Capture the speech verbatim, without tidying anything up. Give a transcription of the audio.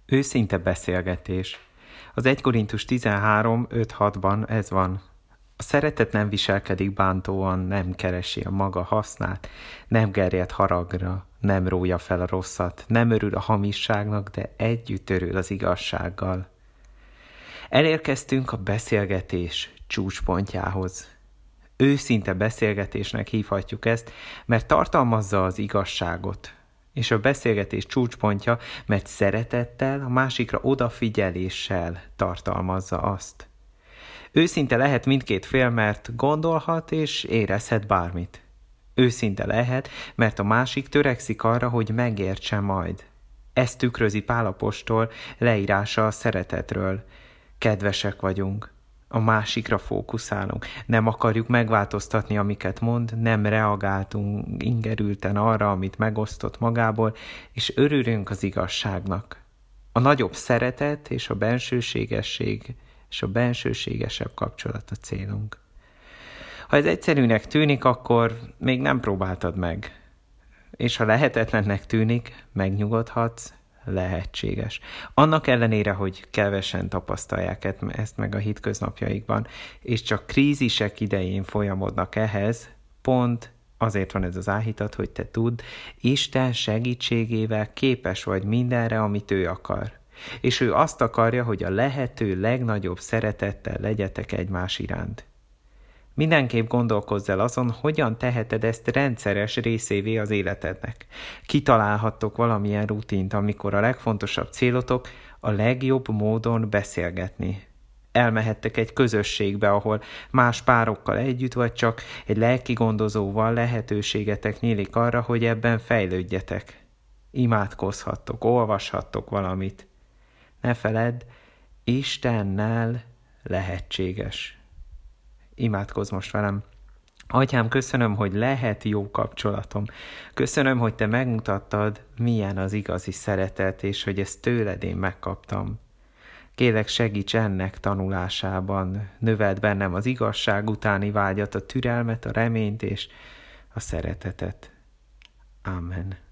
Őszinte beszélgetés. Az egy Korintus tizenhárom öt hatban ez van. A szeretet nem viselkedik bántóan, nem keresi a maga hasznát, nem gerjed haragra, nem rója fel a rosszat, nem örül a hamisságnak, de együtt örül az igazsággal. Elérkeztünk a beszélgetés csúcspontjához. Őszinte beszélgetésnek hívhatjuk ezt, mert tartalmazza az igazságot. És a beszélgetés csúcspontja, mert szeretettel, a másikra odafigyeléssel tartalmazza azt. Őszinte lehet mindkét fél, mert gondolhat és érezhet bármit. Őszinte lehet, mert a másik törekszik arra, hogy megértse majd. Ezt tükrözi Pál apostol leírása a szeretetről. Kedvesek vagyunk. A másikra fókuszálunk. Nem akarjuk megváltoztatni, amiket mond, nem reagáltunk ingerülten arra, amit megosztott magából, és örülünk az igazságnak. A nagyobb szeretet és a bensőségesség és a bensőségesebb kapcsolat a célunk. Ha ez egyszerűnek tűnik, akkor még nem próbáltad meg. És ha lehetetlennek tűnik, megnyugodhatsz, lehetséges. Annak ellenére, hogy kevesen tapasztalják ezt meg a hétköznapjaikban, és csak krízisek idején folyamodnak ehhez, pont azért van ez az áhítat, hogy te tudd, Isten segítségével képes vagy mindenre, amit ő akar. És ő azt akarja, hogy a lehető legnagyobb szeretettel legyetek egymás iránt. Mindenképp gondolkozz el azon, hogyan teheted ezt rendszeres részévé az életednek. Kitalálhattok valamilyen rutint, amikor a legfontosabb célotok a legjobb módon beszélgetni. Elmehettek egy közösségbe, ahol más párokkal együtt, vagy csak egy lelkigondozóval lehetőségetek nyílik arra, hogy ebben fejlődjetek. Imádkozhattok, olvashattok valamit. Ne feledd, Istennel lehetséges. Imádkozz most velem. Atyám, köszönöm, hogy lehet jó kapcsolatom. Köszönöm, hogy te megmutattad, milyen az igazi szeretet, és hogy ezt tőled én megkaptam. Kérlek, segíts ennek tanulásában. Növeld bennem az igazság utáni vágyat, a türelmet, a reményt és a szeretetet. Amen.